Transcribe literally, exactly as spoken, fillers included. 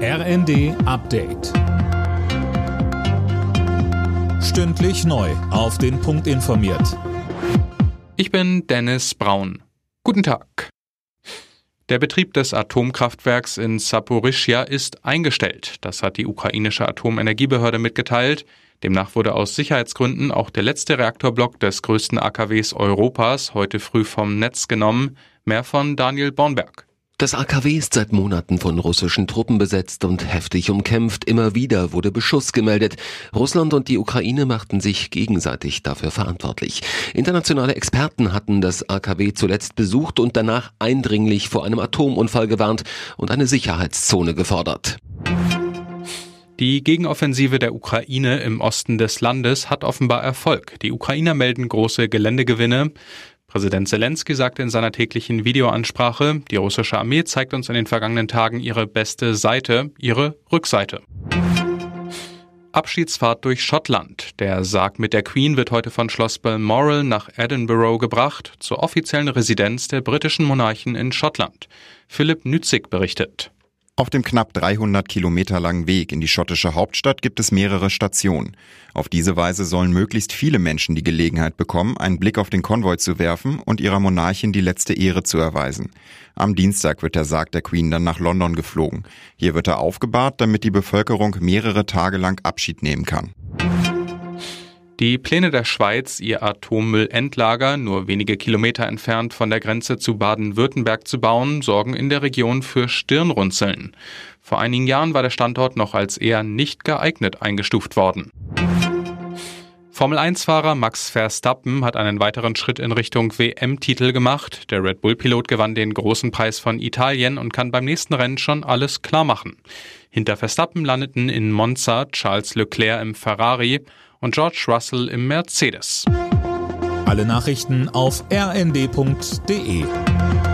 R N D Update. Stündlich neu auf den Punkt informiert. Ich bin Dennis Braun. Guten Tag. Der Betrieb des Atomkraftwerks in Saporischschja ist eingestellt. Das hat die ukrainische Atomenergiebehörde mitgeteilt. Demnach wurde aus Sicherheitsgründen auch der letzte Reaktorblock des größten A K Ws Europas heute früh vom Netz genommen. Mehr von Daniel Bornberg. Das A K W ist seit Monaten von russischen Truppen besetzt und heftig umkämpft. Immer wieder wurde Beschuss gemeldet. Russland und die Ukraine machten sich gegenseitig dafür verantwortlich. Internationale Experten hatten das A K W zuletzt besucht und danach eindringlich vor einem Atomunfall gewarnt und eine Sicherheitszone gefordert. Die Gegenoffensive der Ukraine im Osten des Landes hat offenbar Erfolg. Die Ukrainer melden große Geländegewinne. Präsident Zelensky sagte in seiner täglichen Videoansprache, die russische Armee zeigt uns in den vergangenen Tagen ihre beste Seite, ihre Rückseite. Abschiedsfahrt durch Schottland. Der Sarg mit der Queen wird heute von Schloss Balmoral nach Edinburgh gebracht, zur offiziellen Residenz der britischen Monarchen in Schottland. Philipp Nützig berichtet. Auf dem knapp dreihundert Kilometer langen Weg in die schottische Hauptstadt gibt es mehrere Stationen. Auf diese Weise sollen möglichst viele Menschen die Gelegenheit bekommen, einen Blick auf den Konvoi zu werfen und ihrer Monarchin die letzte Ehre zu erweisen. Am Dienstag wird der Sarg der Queen dann nach London geflogen. Hier wird er aufgebahrt, damit die Bevölkerung mehrere Tage lang Abschied nehmen kann. Die Pläne der Schweiz, ihr Atommüllendlager nur wenige Kilometer entfernt von der Grenze zu Baden-Württemberg zu bauen, sorgen in der Region für Stirnrunzeln. Vor einigen Jahren war der Standort noch als eher nicht geeignet eingestuft worden. Formel eins Fahrer Max Verstappen hat einen weiteren Schritt in Richtung W M-Titel gemacht. Der Red Bull-Pilot gewann den großen Preis von Italien und kann beim nächsten Rennen schon alles klar machen. Hinter Verstappen landeten in Monza Charles Leclerc im Ferrari und George Russell im Mercedes. Alle Nachrichten auf r n d punkt d e.